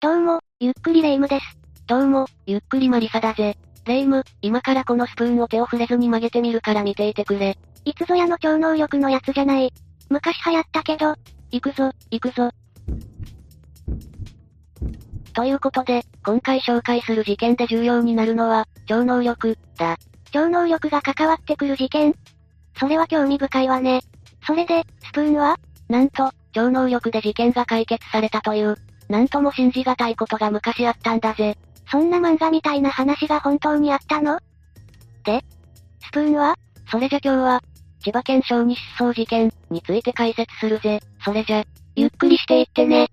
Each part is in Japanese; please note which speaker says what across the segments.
Speaker 1: どうも、ゆっくりレ夢ムです。
Speaker 2: どうも、ゆっくりマリサだぜ。レ夢ム、今からこのスプーンを手を触れずに曲げてみるから見ていてくれ。
Speaker 1: いつぞやの超能力のやつじゃない。昔流行ったけど。
Speaker 2: 行くぞ、行くぞ。ということで、今回紹介する事件で重要になるのは、超能力、だ。
Speaker 1: 超能力が関わってくる事件？それは興味深いわね。それで、スプーンは？
Speaker 2: なんと、超能力で事件が解決されたという、なんとも信じがたいことが昔あったんだぜ。
Speaker 1: そんな漫画みたいな話が本当にあったの？で、スプーンは？
Speaker 2: それじゃ今日は、千葉県小児失踪事件について解説するぜ。それじゃ、
Speaker 1: ゆっくりしていってね。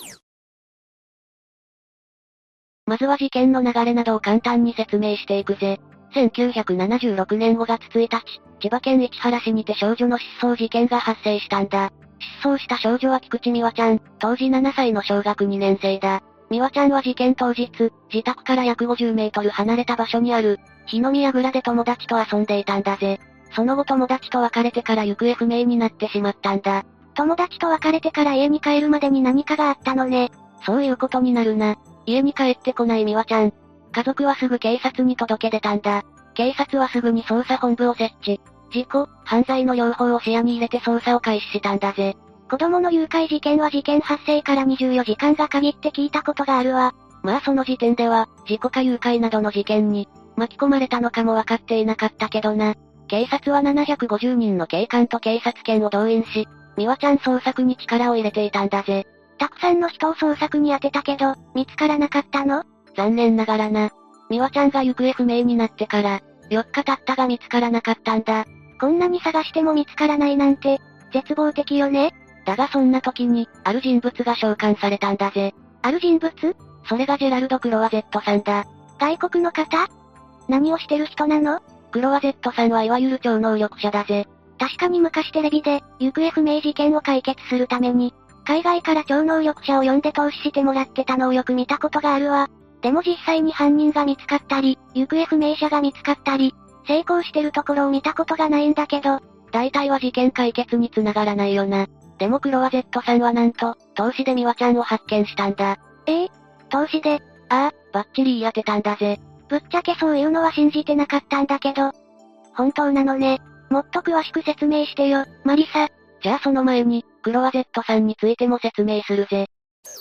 Speaker 2: まずは事件の流れなどを簡単に説明していくぜ。1976年5月1日、千葉県市原市にて少女の失踪事件が発生したんだ。失踪した少女は菊池美和ちゃん、当時7歳の小学2年生だ。美和ちゃんは事件当日、自宅から約50メートル離れた場所にある、日の宮蔵で友達と遊んでいたんだぜ。その後友達と別れてから行方不明になってしまったんだ。
Speaker 1: 友達と別れてから家に帰るまでに何かがあったのね。
Speaker 2: そういうことになるな。家に帰ってこない美和ちゃん。家族はすぐ警察に届け出たんだ。警察はすぐに捜査本部を設置。事故、犯罪の両方を視野に入れて捜査を開始したんだぜ。
Speaker 1: 子供の誘拐事件は事件発生から24時間が限って聞いたことがあるわ。
Speaker 2: まあその時点では、事故か誘拐などの事件に、巻き込まれたのかも分かっていなかったけどな。警察は750人の警官と警察犬を動員し、美和ちゃん捜索に力を入れていたんだぜ。
Speaker 1: たくさんの人を捜索に当てたけど、見つからなかったの？
Speaker 2: 残念ながらな。美和ちゃんが行方不明になってから、4日経ったが見つからなかったんだ。
Speaker 1: こんなに探しても見つからないなんて、絶望的よね。
Speaker 2: だがそんな時に、ある人物が召喚されたんだぜ。
Speaker 1: ある人物？
Speaker 2: それがジェラルド・クロワゼットさんだ。
Speaker 1: 外国の方？何をしてる人なの？
Speaker 2: クロワゼットさんはいわゆる超能力者だぜ。
Speaker 1: 確かに昔テレビで、行方不明事件を解決するために、海外から超能力者を呼んで投資してもらってたのをよく見たことがあるわ。でも実際に犯人が見つかったり、行方不明者が見つかったり、成功してるところを見たことがないんだけど、
Speaker 2: 大体は事件解決に繋がらないよな。でもクロワゼットさんはなんと、投資で美和ちゃんを発見したんだ。
Speaker 1: 投資で？
Speaker 2: ああ、バッチリ言い当てたんだぜ。
Speaker 1: ぶっちゃけそういうのは信じてなかったんだけど。本当なのね。もっと詳しく説明してよ、マリサ。
Speaker 2: じゃあその前に、クロワゼットさんについても説明するぜ。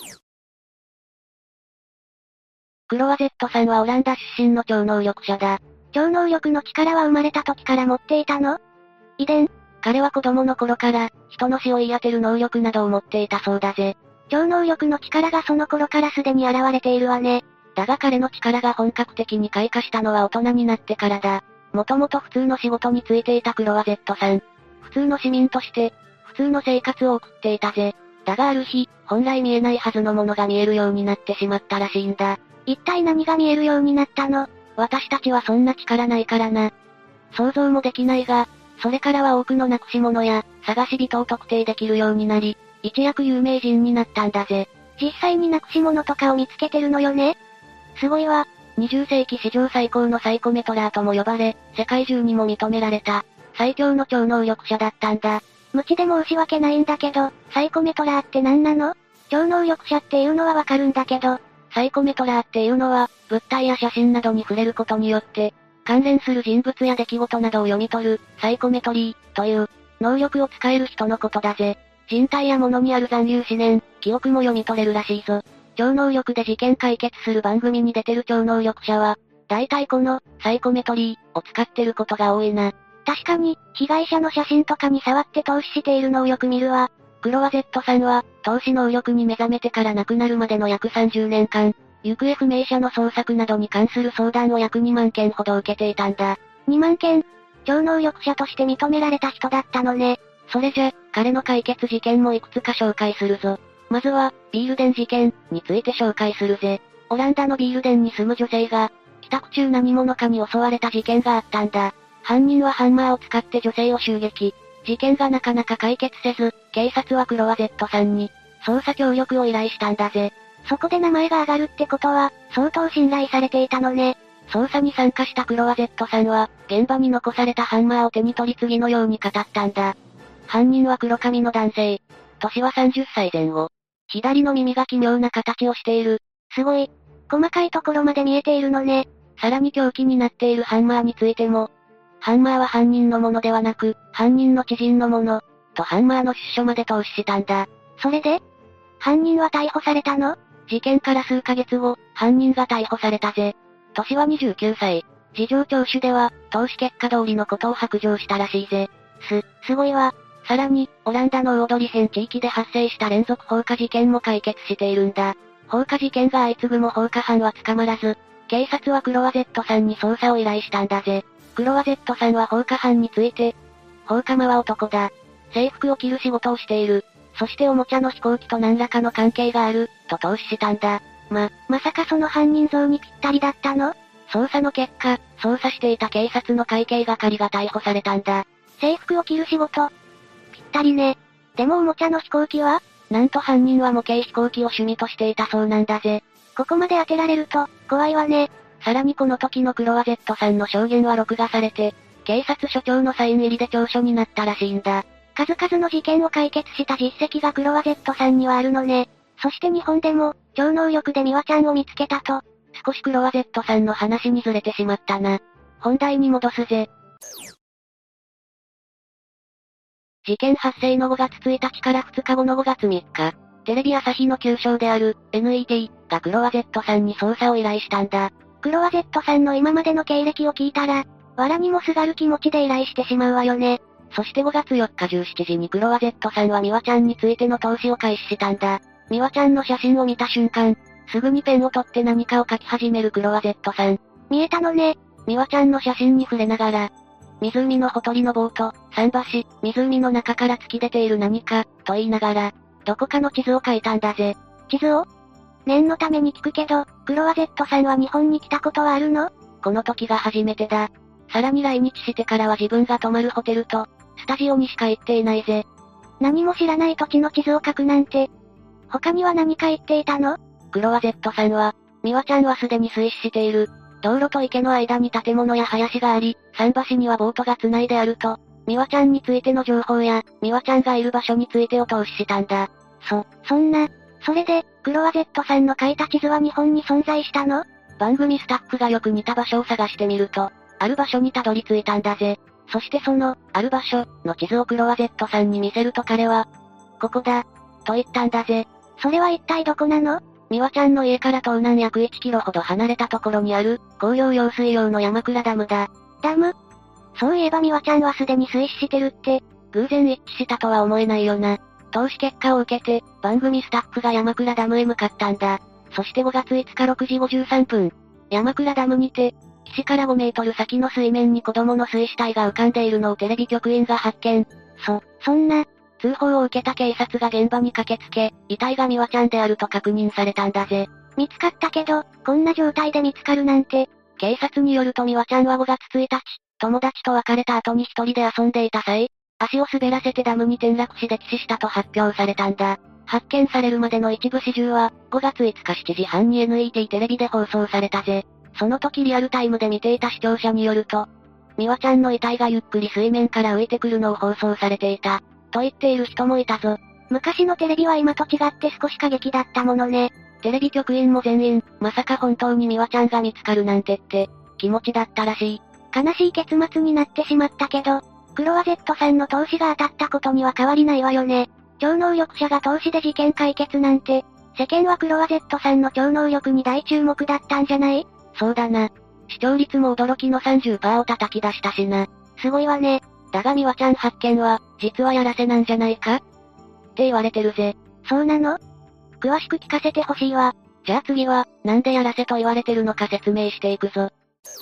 Speaker 2: クロワゼットさんはオランダ出身の超能力者だ。
Speaker 1: 超能力の力は生まれた時から持っていたの？遺伝？
Speaker 2: 彼は子供の頃から、人の死を言い当てる能力などを持っていたそうだぜ。
Speaker 1: 超能力の力がその頃からすでに現れているわね。
Speaker 2: だが彼の力が本格的に開花したのは大人になってからだ。もともと普通の仕事に就いていたクロワゼットさん。普通の市民として、普通の生活を送っていたぜ。だがある日、本来見えないはずのものが見えるようになってしまったらしいんだ。
Speaker 1: 一体何が見えるようになったの？
Speaker 2: 私たちはそんな力ないからな。想像もできないが、それからは多くのなくし物や、探し人を特定できるようになり、一躍有名人になったんだぜ。
Speaker 1: 実際になくし物とかを見つけてるのよね。すごいわ。
Speaker 2: 20世紀史上最高のサイコメトラーとも呼ばれ、世界中にも認められた、最強の超能力者だったんだ。
Speaker 1: 無知で申し訳ないんだけど、サイコメトラーって何なの？超能力者っていうのはわかるんだけど、
Speaker 2: サイコメトラーっていうのは、物体や写真などに触れることによって、関連する人物や出来事などを読み取る、サイコメトリー、という、能力を使える人のことだぜ。人体や物にある残留思念、記憶も読み取れるらしいぞ。超能力で事件解決する番組に出てる超能力者は、大体この、サイコメトリー、を使ってることが多いな。
Speaker 1: 確かに、被害者の写真とかに触って投資しているのをよく見るわ。
Speaker 2: クロワゼットさんは、投資能力に目覚めてから亡くなるまでの約30年間、行方不明者の捜索などに関する相談を約2万件ほど受けていたんだ。
Speaker 1: 2万件？超能力者として認められた人だったのね。
Speaker 2: それじゃ、彼の解決事件もいくつか紹介するぞ。まずは、ビールデン事件について紹介するぜ。オランダのビールデンに住む女性が、帰宅中何者かに襲われた事件があったんだ。犯人はハンマーを使って女性を襲撃。事件がなかなか解決せず、警察はクロワゼットさんに、捜査協力を依頼したんだぜ。
Speaker 1: そこで名前が挙がるってことは、相当信頼されていたのね。
Speaker 2: 捜査に参加したクロワゼットさんは、現場に残されたハンマーを手に取り次のように語ったんだ。犯人は黒髪の男性。年は30歳前後。左の耳が奇妙な形をしている。
Speaker 1: すごい。細かいところまで見えているのね。
Speaker 2: さらに凶器になっているハンマーについても、ハンマーは犯人のものではなく、犯人の知人のもの、とハンマーの出所まで投資したんだ。
Speaker 1: それで犯人は逮捕されたの？
Speaker 2: 事件から数ヶ月後、犯人が逮捕されたぜ。年は29歳。事情聴取では、投資結果通りのことを白状したらしいぜ。
Speaker 1: すごいわ。
Speaker 2: さらに、オランダのオードリヘン地域で発生した連続放火事件も解決しているんだ。放火事件が相次ぐも放火犯は捕まらず、警察はクロワゼットさんに捜査を依頼したんだぜ。クロワゼットさんは放火犯について、放火魔は男だ。制服を着る仕事をしている。そしておもちゃの飛行機と何らかの関係がある、と投資したんだ。
Speaker 1: まさかその犯人像にぴったりだったの？
Speaker 2: 捜査の結果、捜査していた警察の会計係が逮捕されたんだ。
Speaker 1: 制服を着る仕事。ぴったりね。でもおもちゃの飛行機は？
Speaker 2: なんと犯人は模型飛行機を趣味としていたそうなんだぜ。
Speaker 1: ここまで当てられると、怖いわね。
Speaker 2: さらにこの時のクロワゼットさんの証言は録画されて、警察署長のサイン入りで調書になったらしいんだ。
Speaker 1: 数々の事件を解決した実績がクロワゼットさんにはあるのね。そして日本でも、超能力でミワちゃんを見つけたと。
Speaker 2: 少しクロワゼットさんの話にずれてしまったな。本題に戻すぜ。事件発生の5月1日から2日後の5月3日、テレビ朝日の旧称である NET がクロワゼットさんに捜査を依頼したんだ。
Speaker 1: クロワゼットさんの今までの経歴を聞いたら、藁にもすがる気持ちで依頼してしまうわよね。
Speaker 2: そして5月4日17時にクロワゼットさんはミワちゃんについての投資を開始したんだ。ミワちゃんの写真を見た瞬間、すぐにペンを取って何かを書き始めるクロワゼットさん。
Speaker 1: 見えたのね。
Speaker 2: ミワちゃんの写真に触れながら、湖のほとりのボート、桟橋、湖の中から突き出ている何か、と言いながら、どこかの地図を書いたんだぜ。
Speaker 1: 地図を？念のために聞くけど、クロワゼットさんは日本に来たことはあるの？
Speaker 2: この時が初めてだ。さらに来日してからは自分が泊まるホテルと、スタジオにしか行っていないぜ。
Speaker 1: 何も知らない土地の地図を書くなんて。他には何か言っていたの？
Speaker 2: クロワゼットさんは、ミワちゃんはすでに水死している。道路と池の間に建物や林があり、桟橋にはボートが繋いであると、ミワちゃんについての情報や、ミワちゃんがいる場所についてを投資したんだ。
Speaker 1: そんな、それで、クロワゼットさんの書いた地図は日本に存在したの？
Speaker 2: 番組スタッフがよく似た場所を探してみると、ある場所にたどり着いたんだぜ。そしてその、ある場所、の地図をクロワゼットさんに見せると彼は、ここだ、と言ったんだぜ。
Speaker 1: それは一体どこなの？
Speaker 2: ミワちゃんの家から東南約1キロほど離れたところにある、工業用水用の山倉ダムだ。
Speaker 1: ダム？そういえばミワちゃんはすでに水死してるって、
Speaker 2: 偶然一致したとは思えないよな。投資結果を受けて、番組スタッフが山倉ダムへ向かったんだ。そして5月5日6時53分、山倉ダムにて、岸から5メートル先の水面に子供の水死体が浮かんでいるのをテレビ局員が発見。
Speaker 1: そんな、
Speaker 2: 通報を受けた警察が現場に駆けつけ、遺体がミワちゃんであると確認されたんだぜ。
Speaker 1: 見つかったけど、こんな状態で見つかるなんて。
Speaker 2: 警察によるとミワちゃんは5月1日、友達と別れた後に一人で遊んでいた際、足を滑らせてダムに転落し溺死したと発表されたんだ。発見されるまでの一部始終は、5月5日7時半に NET テレビで放送されたぜ。その時リアルタイムで見ていた視聴者によると、ミワちゃんの遺体がゆっくり水面から浮いてくるのを放送されていた。と言っている人もいたぞ。
Speaker 1: 昔のテレビは今と違って少し過激だったものね。
Speaker 2: テレビ局員も全員、まさか本当にミワちゃんが見つかるなんてって、気持ちだったらしい。
Speaker 1: 悲しい結末になってしまったけど、クロワゼットさんの投資が当たったことには変わりないわよね。超能力者が投資で事件解決なんて、世間はクロワゼットさんの超能力に大注目だったんじゃない？
Speaker 2: そうだな。視聴率も驚きの 30% を叩き出したしな。
Speaker 1: すごいわね。
Speaker 2: だがミワちゃん発見は、実はやらせなんじゃないかって言われてるぜ。
Speaker 1: そうなの？詳しく聞かせてほしいわ。
Speaker 2: じゃあ次は、なんでやらせと言われてるのか説明していくぞ。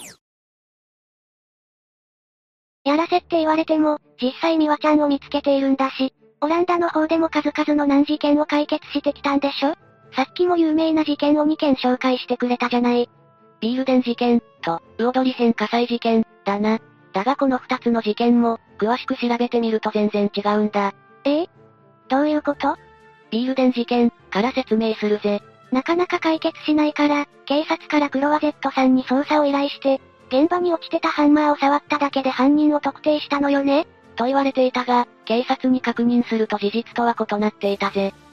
Speaker 1: やらせって言われても、実際ミワちゃんを見つけているんだし、オランダの方でも数々の難事件を解決してきたんでしょ？さっきも有名な事件を2件紹介してくれたじゃない。
Speaker 2: ビールデン事件、と、ウオドリヘン火災事件、だな。だがこの2つの事件も、詳しく調べてみると全然違うんだ。
Speaker 1: どういうこと？
Speaker 2: ビールデン事件、から説明するぜ。
Speaker 1: なかなか解決しないから、警察からクロワゼットさんに捜査を依頼して、現場に落ちてたハンマーを触っただけで犯人を特定したのよね？
Speaker 2: と言われていたが、警察に確認すると事実とは異なっていたぜ。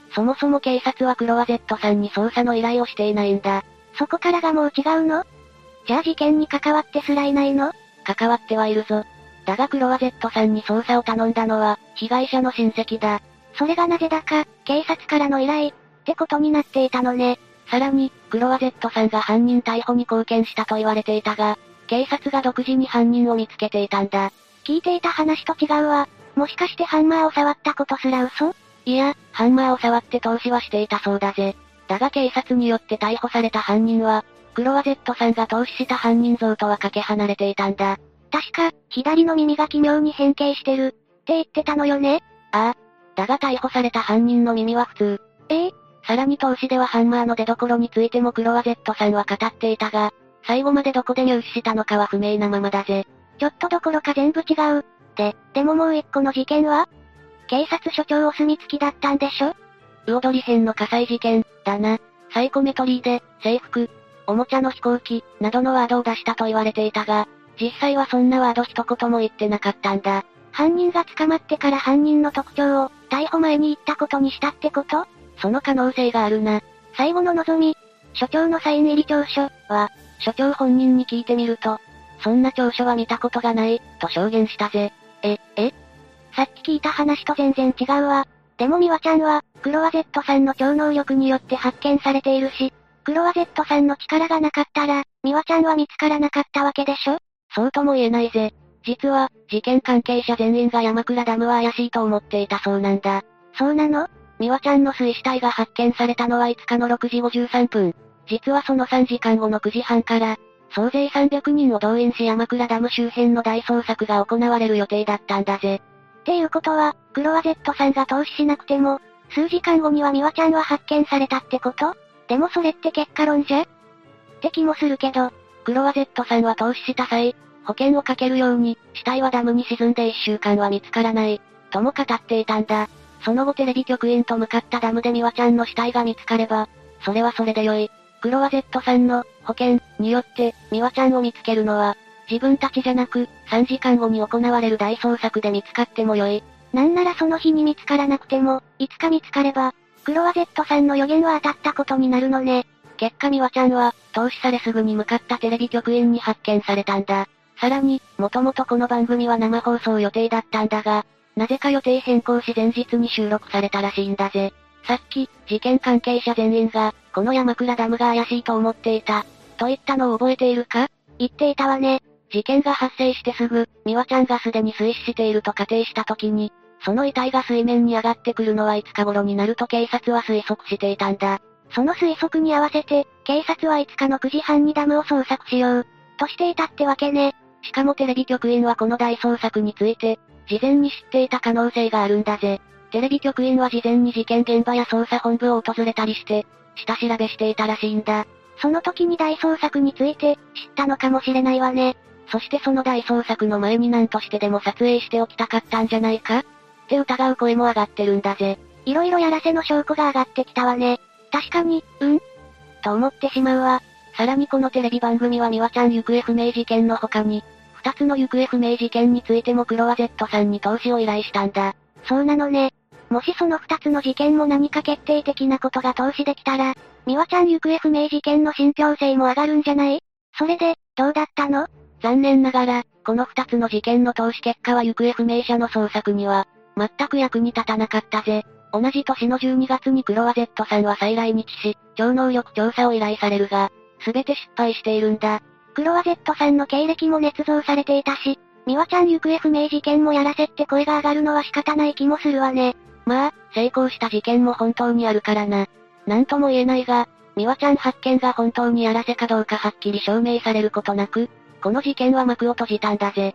Speaker 2: そもそも警察はクロワゼットさんに捜査の依頼をしていないんだ。
Speaker 1: そこからがもう違うの？じゃあ事件に関わってすらいないの？
Speaker 2: 関わってはいるぞ。だがクロワゼットさんに捜査を頼んだのは、被害者の親戚だ。
Speaker 1: それがなぜだか、警察からの依頼、ってことになっていたのね。
Speaker 2: さらに、クロワゼットさんが犯人逮捕に貢献したと言われていたが、警察が独自に犯人を見つけていたんだ。
Speaker 1: 聞いていた話と違うわ。もしかしてハンマーを触ったことすら嘘？
Speaker 2: いや、ハンマーを触って投資はしていたそうだぜ。だが警察によって逮捕された犯人は、クロワゼットさんが投資した犯人像とはかけ離れていたんだ。
Speaker 1: 確か、左の耳が奇妙に変形してる、って言ってたのよね。
Speaker 2: ああ。だが逮捕された犯人の耳は普通。さらに投資ではハンマーの出所についてもクロワゼットさんは語っていたが、最後までどこで入手したのかは不明なままだぜ。
Speaker 1: ちょっとどころか全部違う。でももう一個の事件は？警察署長お墨付きだったんでしょ？
Speaker 2: 魚取編の火災事件、だな。サイコメトリーで、制服、おもちゃの飛行機、などのワードを出したと言われていたが、実際はそんなワード一言も言ってなかったんだ。
Speaker 1: 犯人が捕まってから犯人の特徴を、逮捕前に言ったことにしたってこと？
Speaker 2: その可能性があるな。
Speaker 1: 最後の望み、署長のサイン入り調書は、
Speaker 2: 署長本人に聞いてみると、そんな調書は見たことがない、と証言したぜ。
Speaker 1: さっき聞いた話と全然違うわ。でもミワちゃんは、クロワゼットさんの超能力によって発見されているし、クロワゼットさんの力がなかったら、ミワちゃんは見つからなかったわけでしょ？
Speaker 2: そうとも言えないぜ。実は、事件関係者全員が山倉ダムは怪しいと思っていたそうなんだ。
Speaker 1: そうなの？
Speaker 2: ミワちゃんの水死体が発見されたのは5日の6時53分。実はその3時間後の9時半から、総勢300人を動員し山倉ダム周辺の大捜索が行われる予定だったんだぜ。
Speaker 1: っていうことは、クロワゼットさんが投資しなくても、数時間後にはミワちゃんは発見されたってこと？でもそれって結果論じゃ？って気もするけど、
Speaker 2: クロワゼットさんは投資した際、保険をかけるように、死体はダムに沈んで1週間は見つからない、とも語っていたんだ。その後テレビ局員と向かったダムでミワちゃんの死体が見つかれば、それはそれでよい。クロワゼットさんの保険によってミワちゃんを見つけるのは、自分たちじゃなく、3時間後に行われる大捜索で見つかってもよい。
Speaker 1: なんならその日に見つからなくても、いつか見つかれば、クロワゼットさんの予言は当たったことになるのね。
Speaker 2: 結果ミワちゃんは、投資されすぐに向かったテレビ局員に発見されたんだ。さらに、もともとこの番組は生放送予定だったんだが、なぜか予定変更し前日に収録されたらしいんだぜ。さっき、事件関係者全員が、この山倉ダムが怪しいと思っていた、と言ったのを覚えているか？
Speaker 1: 言っていたわね。
Speaker 2: 事件が発生してすぐ、ミワちゃんがすでに水死していると仮定した時に、その遺体が水面に上がってくるのはいつか頃になると警察は推測していたんだ。
Speaker 1: その推測に合わせて、警察は5日の9時半にダムを捜索しよう、としていたってわけね。
Speaker 2: しかもテレビ局員はこの大捜索について、事前に知っていた可能性があるんだぜ。テレビ局員は事前に事件現場や捜査本部を訪れたりして、下調べしていたらしいんだ。
Speaker 1: その時に大捜索について、知ったのかもしれないわね。
Speaker 2: そしてその大捜索の前に何としてでも撮影しておきたかったんじゃないかって疑う声も上がってるんだぜ。
Speaker 1: いろいろやらせの証拠が上がってきたわね。確かに、と思ってしまうわ。
Speaker 2: さらにこのテレビ番組はミワちゃん行方不明事件の他に、2つの行方不明事件についてもクロワゼットさんに投資を依頼したんだ。
Speaker 1: そうなのね。もしその2つの事件も何か決定的なことが投資できたら、ミワちゃん行方不明事件の信憑性も上がるんじゃない？それで、どうだったの？
Speaker 2: 残念ながら、この2つの事件の投資結果は行方不明者の捜索には、全く役に立たなかったぜ。同じ年の12月にクロワゼットさんは再来日し、超能力調査を依頼されるが、すべて失敗しているんだ。
Speaker 1: クロワゼットさんの経歴も捏造されていたし、ミワちゃん行方不明事件もやらせって声が上がるのは仕方ない気もするわね。
Speaker 2: まあ、成功した事件も本当にあるからな。なんとも言えないが、ミワちゃん発見が本当にやらせかどうかはっきり証明されることなく、この事件は幕を閉じたんだぜ。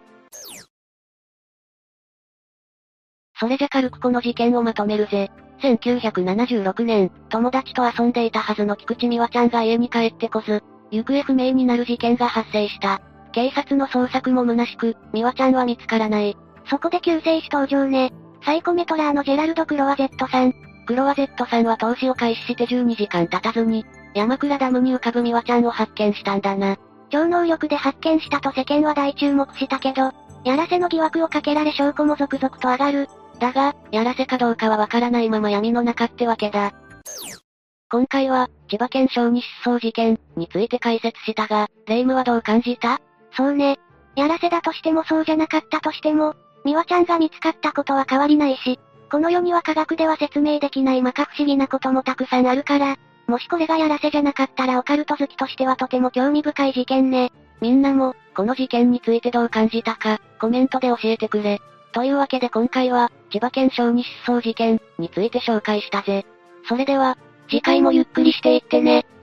Speaker 2: それじゃ軽くこの事件をまとめるぜ。1976年、友達と遊んでいたはずの菊池美和ちゃんが家に帰ってこず、行方不明になる事件が発生した。警察の捜索も虚しく、美和ちゃんは見つからない。
Speaker 1: そこで救世主登場ね。サイコメトラーのジェラルド・クロワゼットさん。
Speaker 2: クロワゼットさんは投資を開始して12時間経たずに、山倉ダムに浮かぶ美和ちゃんを発見したんだな。
Speaker 1: 超能力で発見したと世間は大注目したけど、やらせの疑惑をかけられ証拠も続々と上がる。
Speaker 2: だが、やらせかどうかはわからないまま闇の中ってわけだ。今回は、千葉県小児失踪事件について解説したが、霊夢はどう感じた？
Speaker 1: そうね。やらせだとしてもそうじゃなかったとしても、美和ちゃんが見つかったことは変わりないし、この世には科学では説明できない摩訶不思議なこともたくさんあるから、もしこれがやらせじゃなかったらオカルト好きとしてはとても興味深い事件ね。
Speaker 2: みんなも、この事件についてどう感じたか、コメントで教えてくれ。というわけで今回は、千葉県小児失踪事件について紹介したぜ。それでは、次回もゆっくりしていってね。